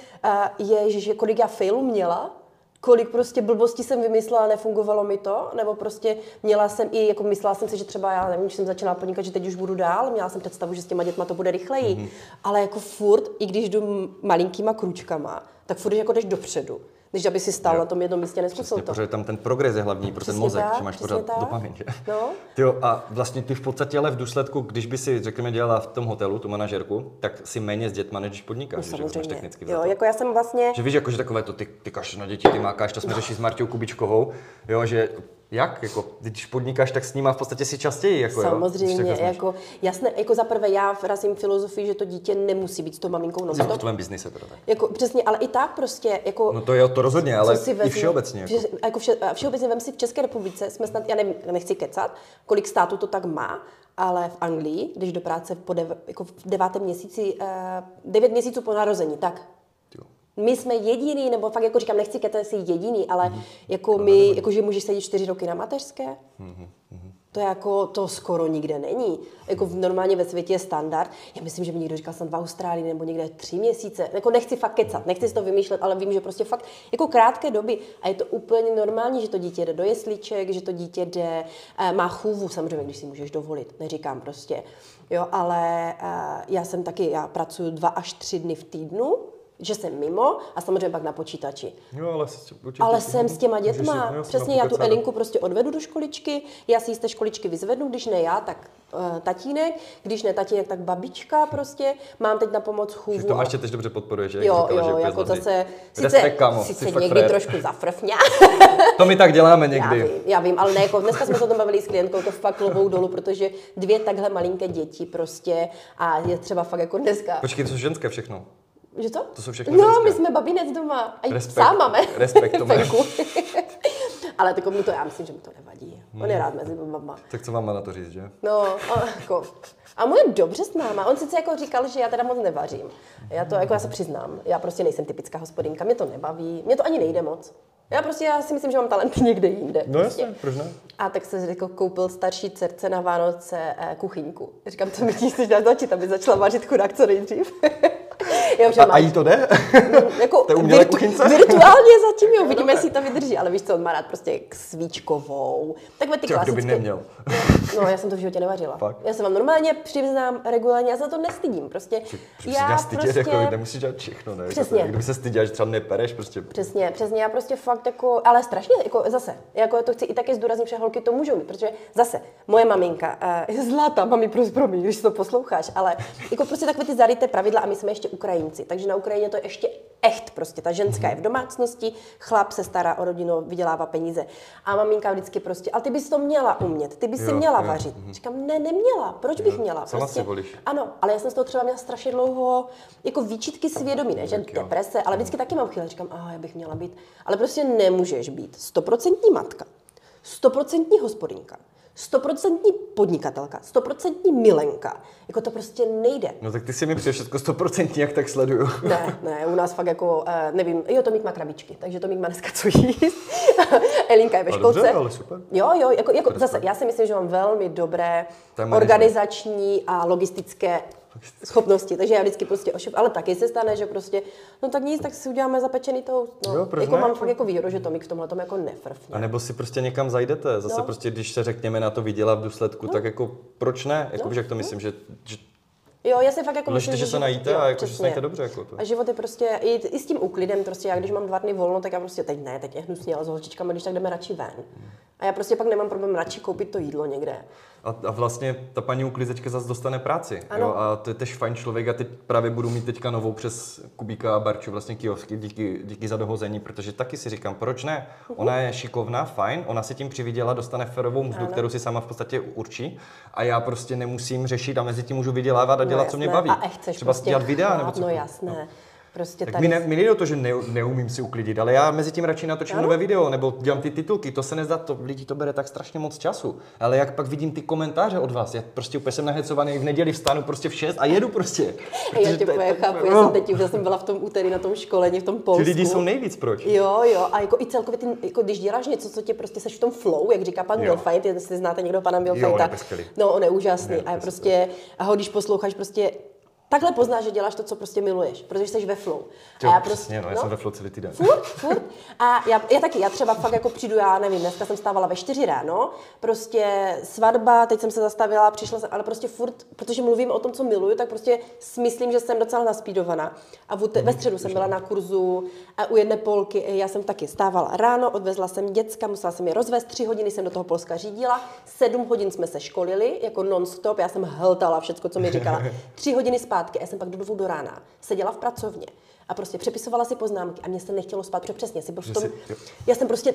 že kolik já failů měla, kolik prostě blbostí jsem vymyslela, nefungovalo mi to, nebo prostě měla jsem i, jako myslela jsem si, že třeba, já nevím, když jsem začala podnikat, že teď už budu dál, měla jsem představu, že s těma dětma to bude rychleji, ale jako furt, i když jdu malinkýma kručkama, tak furt jako jdeš dopředu. Než aby si stál na tom jednom místě, neskusil to. Protože tam ten progres je hlavní pro ten mozek, že máš pořád dopamin. No. Tyjo, a vlastně ty v podstatě ale v důsledku, když by si, řekněme, dělala v tom hotelu tu manažerku, tak si méně s dětma, než když podnikáš, no, že máš technicky jo, jako já jsem vlastně... Že víš, jako, že takové to, ty kašleš na děti, ty mákáš, to jsme řešili s Marťou Kubičkovou, jo, že jak? Jako, když podnikáš, tak s nima v podstatě si častěji. Jako, samozřejmě, jako, jasné, jako za prvé já razím filozofii, že to dítě nemusí být s tou maminkou non-stop. V tvém biznise teda. Jako, přesně, ale i tak prostě. Jako, no to je to rozhodně, ale i všeobecně. Všeobecně vem si v České republice, jsme snad, já nevím, nechci kecat, kolik států to tak má, ale v Anglii, když do práce jako v 9. měsíci, 9 měsíců po narození, tak. My jsme jediný, nebo fakt jako říkám, nechci kecat si jediný, ale jako my, jako že můžeš sedět 4 roky na mateřské, to jako, to skoro nikde není. Jako normálně ve světě je standard. Já myslím, že mi někdo říkal snad v Austrálii nebo někde 3 měsíce. Jako nechci fakt kecat, nechci si to vymýšlet, ale vím, že prostě fakt jako krátké doby a je to úplně normální, že to dítě jde do jesliček, že to dítě jde, má chůvu, samozřejmě, když si můžeš dovolit, neříkám prostě. Jo, ale já pracuji 2 až 3 dny v týdnu, že jsem mimo a samozřejmě pak na počítači. Jo, ale jsem s těma dětma. Přesně, já tu Elinku prostě odvedu do školičky, já si z té školičky vyzvednu, když ne já, tak tatínek, když ne tatínek, tak babička prostě. Mám teď na pomoc chůvu. To máš teď dobře podporuje, že? Jo, jako zase, sice někdy trošku zafrfňá. To my tak děláme někdy. Já vím, ale ne, jako dneska jsme se o tom bavili s klientkou, to fakt klobouk dolů, protože 2 takhle malinké děti prostě a je třeba fakt jako dneska. Počkej, to jsou ženské všechno. Že to? To jsou všechno no, ženské. My jsme babinec doma. A i psa máme. Respekt, to máš. Ale tak mu to, já myslím, že mu to nevadí. On je rád mezi babama. Tak co vám má na to říct, že? No, jako... A mu je dobře s náma. On sice jako říkal, že já teda moc nevařím. Já se přiznám. Já prostě nejsem typická hospodinka. Mě to nebaví. Mě to ani nejde moc. Já si myslím, že mám talent někde jinde. No jasně, proč ne? A tak se jako koupil starší dcerce na Vánoce kuchyňku. Říkám, co mi ti chceš dát začít, aby začala vařit chudák co nejdřív. A jí to jde? Jako to je umělé kuchyňce? Virtuálně zatím, jo, vidíme, jestli to vydrží, ale víš co, on má rád prostě svíčkovou. Takové ty klasické. Kdo by neměl? No, já jsem to v životě nevařila. Fakt? Já se vám normálně přiznám regulárně, já se to nestydím. Prostě já stydět, jako nemusíš dělat všechno, ne? Přesně. Kdyby se styděla, že třeba nepereš, prostě. Přesně, já prostě fakt jako, ale strašně, jako zase, jako to chci i taky zdůraznit, že holky to můžou mít, protože zase, moje maminka je zlatá, mami, promiň, když to posloucháš, ale jako prostě takové ty zaryté pravidla a my jsme ještě Ukrajinci, takže na Ukrajině to je ještě echt prostě, ta ženská je v domácnosti, chlap se stará o rodinu, vydělává peníze a maminka vždycky prostě, ale ty bys to měla umět, ty bys si měla vařit. Říkám, ne, neměla, proč bych měla? Sama prostě, si volíš. ano, ale já jsem z toho třeba měla strašně dlouho jako výčitky svědomí, ne, že deprese, ale vždycky taky mám chvíle, říkám, já bych měla být, ale prostě nemůžeš být 100% matka, 100% hospodinka, 100% podnikatelka, 100% milenka. Jako to prostě nejde. No tak ty si mi přijde všechno 100%, jak tak sleduju. Ne, u nás fakt jako, nevím, Tomík má krabičky, takže Tomík má dneska co jíst. Elinka je ve školce. Dobře, ale super. Jo, jako zase, já si myslím, že mám velmi dobré organizační a logistické schopnosti, takže já vždycky prostě ale taky se stane, že prostě, no tak nic, tak si uděláme zapečený toast. No, jo, jako mám fakt jako výhodu, že Tomík v tomhle tom jako nefrfně. A nebo si prostě někam zajdete, zase prostě, když se řekněme na to vydělá v důsledku, tak jako proč ne? Jako jak to myslím, že jo, já si fakt jako myslím, že se najíte a jako, že se najíte dobře. Jako to. A život je prostě, i s tím úklidem, prostě já když mám 2 dny volno, tak já prostě teď je hnusně, ale s holčičkami, když tak jdeme radši ven. A já prostě pak nemám problém radši koupit to jídlo někde. A vlastně ta paní uklízečka zase dostane práci. Jo? A to je tež fajn člověk a teď právě budu mít teďka novou přes Kubíka a Barču vlastně kiosky, díky za dohození, protože taky si říkám, proč ne? Ona je šikovná, fajn, ona si tím přivydělá, dostane férovou mzdu, kterou si sama v podstatě určí a já prostě nemusím řešit a mezi tím můžu vydělávat a dělat, co mě baví. A chceš třeba prostě dělat videa nebo co. No jasné. Prostě tak mi nejde o to, že neumím si uklidit, ale já mezi tím radši natočím nové video, nebo dělám ty titulky, to se nezdá, lidi to bere tak strašně moc času. Ale jak pak vidím ty komentáře od vás, já prostě úplně jsem nahecovaný, v neděli vstanu prostě v 6 a jedu prostě. Já tě chápu, já jsem byla v tom úterý na tom školení v tom Polsku. Ty lidi jsou nejvíc, proč? Jo, a jako i celkově, jako když děláš něco, co tě prostě seš v tom flow, jak říká pan Wilfajt, jestli znáte někdo pana Wilfajta. No, on je úžasný a prostě, když posloucháš prostě takhle poznáš, že děláš to, co prostě miluješ, protože jsi ve flow. Jo, a já prostě, já jsem ve flow celý týden. Furt. A já taky, já třeba fakt jako přijdu, já nevím, dneska jsem stávala ve 4 ráno, prostě svatba, teď jsem se zastavila, přišla jsem, ale prostě furt, protože mluvím o tom, co miluju, tak prostě myslím, že jsem docela naspídovaná. A ve středu jsem byla na kurzu a u jedné Polky, já jsem taky stávala ráno, odvezla jsem děcka, musela jsem je rozvést, 3 hodiny jsem do toho Polska řídila, 7 hodin jsme se školili, jako non-stop, já jsem hltala všecko, co mi říkala. 3 hodiny zpátky, já jsem pak do 2 do rána seděla v pracovně a prostě přepisovala si poznámky a mě se nechtělo spát, protože přesně si prostě já jsem prostě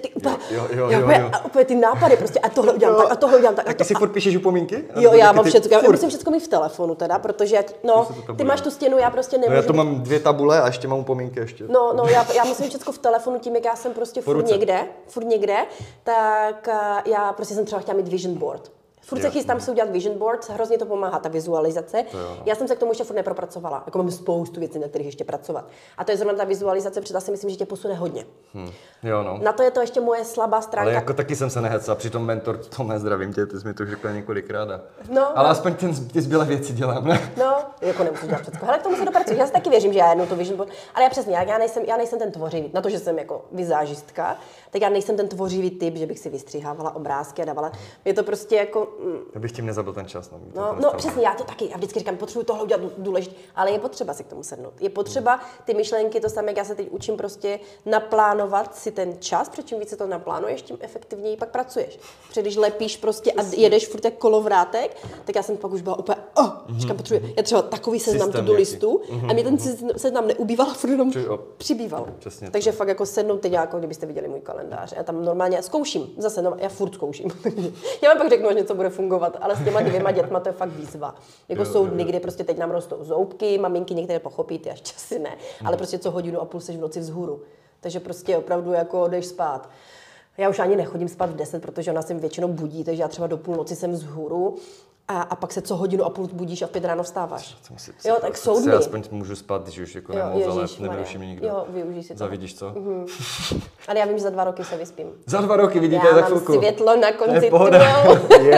úplně ty nápady prostě a tohle udělám tak a tohle udělám tak. A ty si furt píšeš upomínky? Jo, já mám všechno, já musím všechno mít v telefonu teda, protože ty máš tu stěnu, já prostě nemůžu. No, já to mám 2 tabule a ještě mám upomínky ještě. No, já musím všechno v telefonu, tím jak já jsem prostě furt někde, tak já prostě jsem třeba chtěla mít vision board. Furt se chystám si udělat vision board, hrozně to pomáhá, ta vizualizace. Já jsem se k tomu ještě furt nepropracovala, jako mám spoustu věcí, na kterých ještě pracovat. A to je zrovna ta vizualizace, protože si myslím, že tě posune hodně. Jo, no. Na to je to ještě moje slabá stránka. Ale jako taky jsem se nehecla, přitom mentor, Tome, zdravím tě, ty jsi mi to řekla několikrát. Ale aspoň ty zbylé věci dělám, ne? No, jako nemusím dělat všechno. Hele, k tomu se dopracuji. Já si taky věřím, že já jednou to vision board, ale já přesně, já nejsem ten tvořivý, na to, že jsem jako vizážistka, tak já nejsem ten tvořivý typ, že bych si vystřihávala obrázky a dávala. Je to prostě jako Já bych tím nezabil ten čas. No přesně, já to taky. Já vždycky říkám, potřebuji tohle udělat důležitě, ale je potřeba si k tomu sednout. Je potřeba ty myšlenky, to samé, jak já se teď učím prostě naplánovat si ten čas, protože čím více to naplánuješ, tím efektivněji pak pracuješ. Protože když lepíš prostě a jedeš furt jak kolovrátek, tak já jsem pak už byla úplně, říkám, potřebuji, já třeba takový seznam to-do listu a mě ten seznam neubýval, furt jenom přibýval. Takže fakt jako sednout teď, jako kdybyste viděli můj kalendář. Já tam normálně zkouším, zase já furt zkouším. Já vám pak řeknu, že něco bude fungovat, ale s těma 2 dětma to je fakt výzva. Jako jsou dny, kdy prostě teď nám rostou zoubky, maminky některé pochopí, ty až časy ne, ale prostě co 1,5 hodiny seš v noci vzhůru. Takže prostě opravdu jako jdeš spát. Já už ani nechodím spát v 10, protože ona se většinou budí, takže já třeba do půlnoci jsem vzhůru. A pak se co hodinu a půl budíš a v 5 ráno vstáváš. Jo, tak jsou dny. Já aspoň můžu spát, když už jako nemoc, ale nevyruší mě nikdo. Jo, využij si to. Zavidíš co? Ale já vím, že za 2 roky se vyspím. Za 2 roky, vidíte, za chvilku. Já mám světlo na konci tunelu.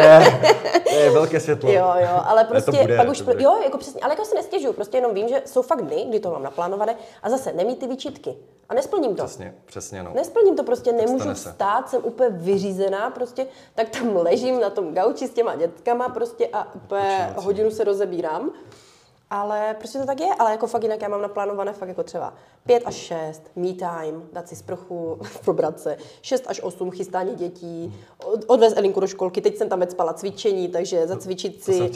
To je velké světlo. Jo, ale prostě pak už, jo, jako přesně, ale jako se nestěžuju, prostě jenom vím, že jsou fakt dny, kdy to mám naplánované a zase nemít ty výčitky. A nesplním to. Přesně, no. Nesplním to, prostě nemůžu vstát, jsem úplně vyřízená prostě, tak tam ležím na tom gauči s těma dětkama prostě a úplně hodinu se rozebírám. Ale prostě to tak je, ale jako fakt jinak já mám naplánované fakt jako třeba 5 až 6, me time, dát si sprchu, probrat se, 6 až 8 chystání dětí, odvést Elinku do školky, teď jsem tam spala cvičení, takže zacvičit si,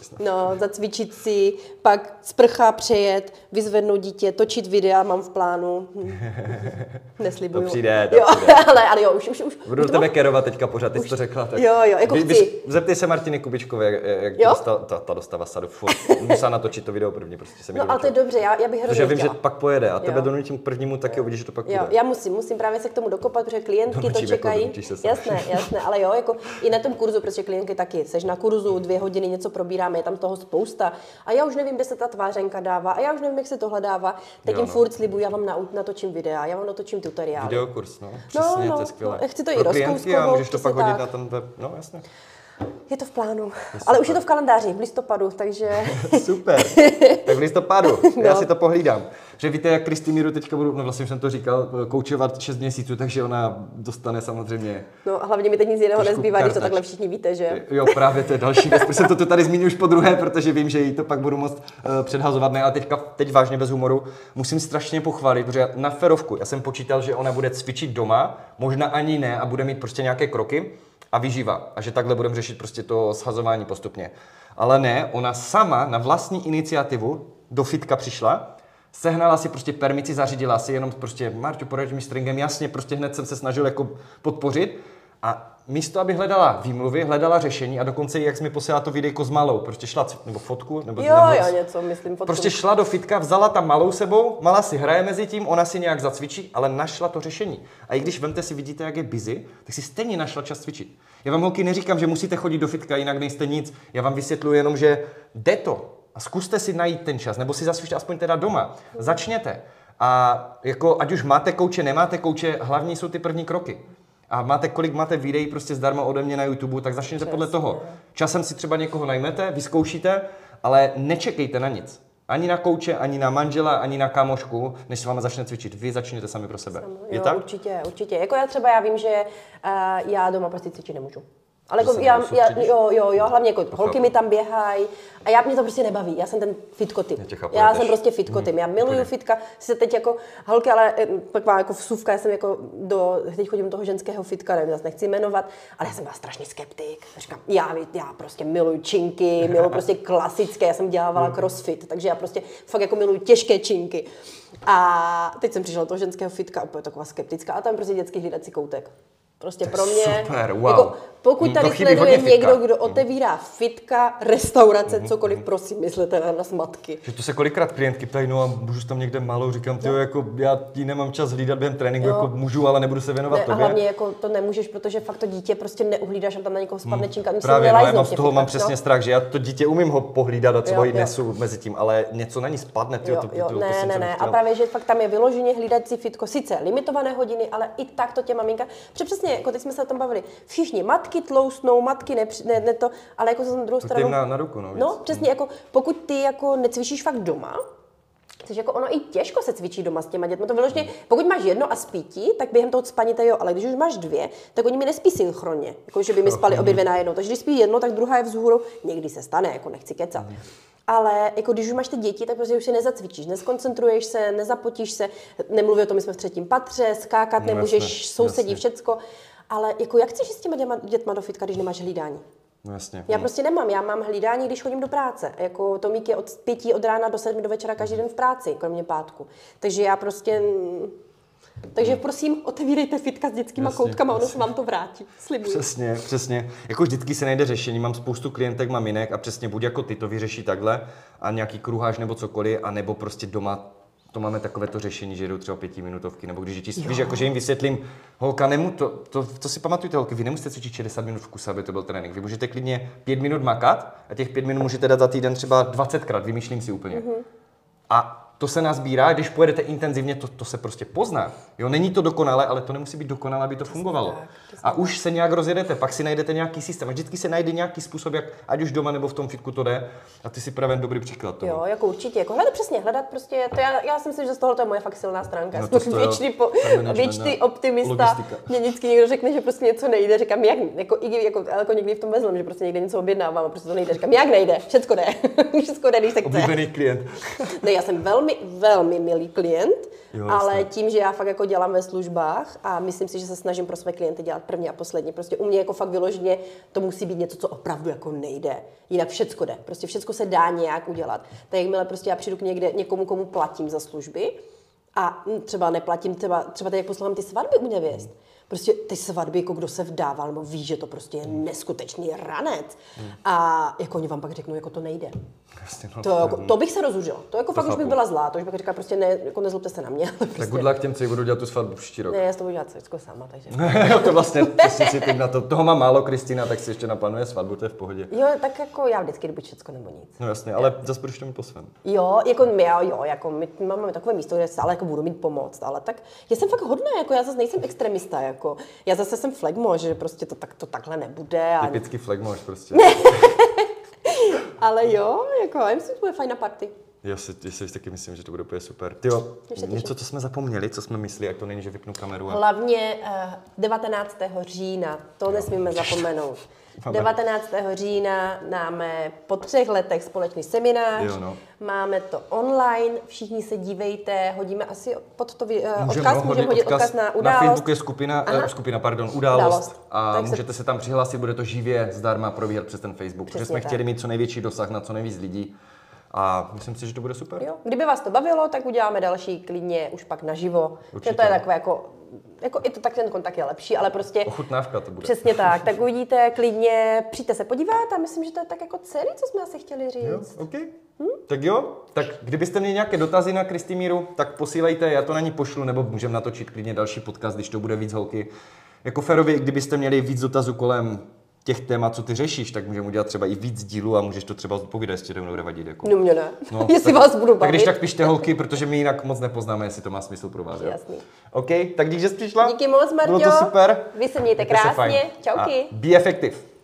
zacvičit si, pak sprcha, přejet, vyzvednout dítě, točit videa mám v plánu. Neslibuju. To přijde. Ale jo, už. Budu tebe kerovat teďka pořád, ty jsi to řekla. Tak. Jo, jako chci. Zeptej se Martiny Kubičkové, jak ta dostava sadu, musela natočit to video první, prostě se mi ale to je dobře, já bych hrozně protože vím, že pak pojede a tebe donutím k prvnímu, taky uvidíš, že to pak půjde. Já musím právě se k tomu dokopat, protože klientky to čekají. Jasné, ale jo, jako i na tom kurzu, protože klientky taky, seš na kurzu, 2 hodiny něco probíráme, je tam toho spousta a já už nevím, kde se ta tvářenka dává a já už nevím, jak se tohle dává, tak jim furt slibuju, já vám natočím videa, já vám natočím tutoriály. Videokurs, přesně, to je skvělé. Chci to i rozkouskovat. A můžeš to pak hodit na ten web, jasně. Je to v plánu, ale už je to v kalendáři, v listopadu, takže... Super, tak v listopadu, já si to pohlídám. Že víte, jak Kristýnu teďka budu, vlastně jsem to říkal, koučovat 6 měsíců, takže ona dostane samozřejmě... No a hlavně mi teď nic jiného nezbývá, když to takhle všichni víte, že? Jo, právě to je další věc, protože jsem to tady zmínil už po druhé, protože vím, že jí to pak budu moct předhazovat, ne, ale teď vážně bez humoru, musím strašně pochválit, protože na ferovku, já jsem počítal, že ona bude cvičit doma, možná ani ne a bude mít prostě nějaké kroky, a vyžívá. A že takhle budeme řešit prostě to shazování postupně. Ale ne, ona sama na vlastní iniciativu do fitka přišla, sehnala si prostě permici, zařídila si jenom prostě, Marťo, poraď mi stringem, jasně, prostě hned jsem se snažil jako podpořit. A místo, aby hledala výmluvy, hledala řešení a dokonce, jak jsi mi posílala to videjko s malou, prostě šla, nebo fotku, nebo něco, myslím, fotku. Prostě šla do fitka, vzala tam malou sebou, malá si hraje mezi tím, ona si nějak zacvičí, ale našla to řešení. A i když vemte si, vidíte, jak je busy, tak si stejně našla čas cvičit. Já vám, holky, neříkám, že musíte chodit do fitka, jinak nejste nic. Já vám vysvětluji jenom, že jde to. A zkuste si najít ten čas, nebo si zacvičte aspoň teda doma. Začněte. A jako, ať už máte kouče, nemáte kouče, hlavní jsou ty první kroky. A kolik máte videí prostě zdarma ode mě na YouTube, tak začněte podle toho. Časem si třeba někoho najmete, vyzkoušíte, ale nečekejte na nic. Ani na kouče, ani na manžela, ani na kámošku, než se vám začne cvičit. Vy začněte sami pro sebe. Je tak? Určitě. Jako já vím, že já doma prostě cvičit nemůžu. Ale jako jo, hlavně jako holky mi tam běhají a mě to prostě nebaví. Já jsem ten fitko-typ. Já jsem prostě fitko-typ. Já miluju fitka. Se teď jako holky, ale pak mám jako vsuvka, já jsem jako teď chodím do toho ženského fitka, nevím, zase nechci jmenovat, ale já jsem byla strašný skeptik. Říkám, já prostě miluju činky, miluju prostě klasické, já jsem dělávala crossfit, takže já prostě fakt jako miluju těžké činky. A teď jsem přišla do toho ženského fitka, úplně taková skeptická, a tam prostě dětský hlídací koutek. Prostě pro mě, super, wow. Jako, pokud tady sleduje někdo, kdo otevírá fitka, restaurace, cokoliv, prosím, myslete na nás matky. Že to se kolikrát klientky ptají, no a můžu tam někde malou, říkám, tyjo, jako já ti nemám čas hlídat během tréninku, jako můžu, ale nebudu se věnovat tobě. A hlavně jako to nemůžeš, protože fakt to dítě prostě neuhlídáš a tam na někoho spadne činka. Právě, no, já z toho mám přesně strach, že já to dítě umím ho pohlídat a třeba ji nesu mezi tím, ale něco na ní spadne, Ne. A právě, že fakt tam je vyloženě hlídací fitko, sice limitované hodiny, ale i tak to tě maminka, přesně, jako teď jsme se o tom bavili, všichni matky tloustnou, matky ne to, ale jako za druhou stranu. Na ruku, no. No, přesně, jako pokud ty jako necvičíš fakt doma, což jako ono i těžko se cvičí doma s těma dětmi. To vyloženě, pokud máš jedno a spí ti, tak během toho spaní to jo, ale když už máš 2, tak oni mi nespí synchronně, jako že by mi spali obě 2 najednou. Takže když spí jedno, tak druhá je vzhůru, někdy se stane, jako nechci kecat. Ale jako když už máš ty děti, tak prostě už si nezacvičíš, neskoncentruješ se, nezapotíš se, nemluví o tom, my jsme v 3. patře, skákat nemůžeš, sousedí všecko. Ale jako jak chceš s těma dětma do fitka, když nemáš hlídání? No jasně. Já prostě nemám, já mám hlídání, když chodím do práce. Jako Tomík je od 5 od rána do 7 do večera každý den v práci, kromě pátku. Takže já prostě... Takže prosím, otevírejte fitka s dětskýma koutkama, ono se vám to vrátí. Slibuji. Přesně. Jako vždycky se najde řešení, mám spoustu klientek, maminek a přesně buď jako ty to vyřeší takhle a nějaký kruháž nebo cokoliv, a nebo prostě doma to máme takovéto řešení, že jdou třeba 5minutovky, nebo když víš, jako, že jim vysvětlím, holka, to si pamatujte, holky, vy nemusíte cvičit 60 minut v kuse, aby to byl trénink. Vy můžete klidně 5 minut makat a těch 5 minut můžete dát za týden třeba 20krát, vymýšlím si úplně. A to se nazbírá, když pojedete intenzivně, to se prostě pozná. Jo, není to dokonalé, ale to nemusí být dokonalé, aby to fungovalo. A už se nějak rozjedete, pak si najdete nějaký systém. A vždycky se najde nějaký způsob, jak ať už doma nebo v tom fitku to jde. A ty si právě dobrý příklad toho. Jo, jako určitě. Jako hledat prostě, to já si myslím, že z toho to je moje fakt silná stránka. No Věčný optimista. Mně vždycky někdo řekne, že prostě něco nejde, říkám, jak, jako někdy v tom vezlem, že prostě někde něco objednávám a prostě to nejde. Říkám, jak nejde, všecko jde. Všecko jde, když se chce. Oblíbený klient. No, já jsem velmi milý klient, jo, ale tím, že já fakt jako dělám ve službách a myslím si, že se snažím pro své klienty dělat první a poslední. Prostě u mě jako fakt vyloženě to musí být něco, co opravdu jako nejde. Jinak všecko jde. Prostě všecko se dá nějak udělat. Tak jakmile prostě já přijdu k někomu, komu platím za služby a třeba neplatím, třeba teď jak poslouchám ty svatby u nevěst. Prostě ty svatby, jako kdo se vdával, nebo ví, že to prostě je neskutečný ranec. A jako oni vám pak řeknou, jako to nejde. Jasně, no, to bych se rozuřila. To jako to fakt chápu. Už bych byla zlá, to už bych říkala, prostě ne, jako nezlobte se na mě. Prostě. Tak good luck těm, co budou dělat tu svatbu příští rok. Ne, já to budu dělat všechno sama, takže. To vlastně přesně si teď na to. Toho má málo Kristýna, tak si ještě naplánuje svatbu, to je v pohodě. Jo, tak jako já vždycky buď všechno nebo nic. No jasně, ale zase budeš to mít po svém. Jo, jako my máme takové místo, kde stále jako budu mít pomoct, ale tak já jsem fakt hodná, jako já zase nejsem extremista, jako já zase jsem flegmo, že prostě to takhle nebude. A... Typický flegmoš prostě. Ale jo, jako já myslím, že to bude fajn na party. Já si taky myslím, že to bude úplně super. Tyjo, něco, co jsme zapomněli, co jsme mysleli, jak to není, že vypnu kameru. Hlavně 19. října, to nesmíme zapomenout. 19. října máme po 3 letech společný seminář, jo, no. Máme to online, všichni se dívejte, hodíme asi pod to odkaz, můžeme hodit odkaz na událost. Na Facebooku je událost a tak můžete se tam přihlásit, bude to živě zdarma probíhat přes ten Facebook, protože jsme chtěli mít co největší dosah na co nejvíc lidí. A myslím si, že to bude super. Jo. Kdyby vás to bavilo, tak uděláme další klidně už pak naživo. Určitě. To je takové jako i to tak ten kontakt je lepší, ale prostě... Ochutnávka to bude. Přesně tak uvidíte klidně, přijďte se podívat a myslím, že to je tak jako celý, co jsme asi chtěli říct. Jo, okay. Tak jo, tak kdybyste měli nějaké dotazy na Kristýmíru, tak posílejte, já to na ní pošlu, nebo můžeme natočit klidně další podcast, když to bude víc holky. Jako férově, kdybyste měli víc dotazů kolem těch témat, co ty řešíš, tak můžeme udělat třeba i víc dílů a můžeš to třeba odpovídat, jestli to nebude vadit. Jako. No mě ne, jestli vás budu bavit. Tak když tak pište holky, protože my jinak moc nepoznáme, jestli to má smysl pro vás. Jo? Jasný. OK, tak díky, že jsi přišla. Díky moc, Marťo. Bylo to super. Vy se mějte krásně. Čauky. Be effective.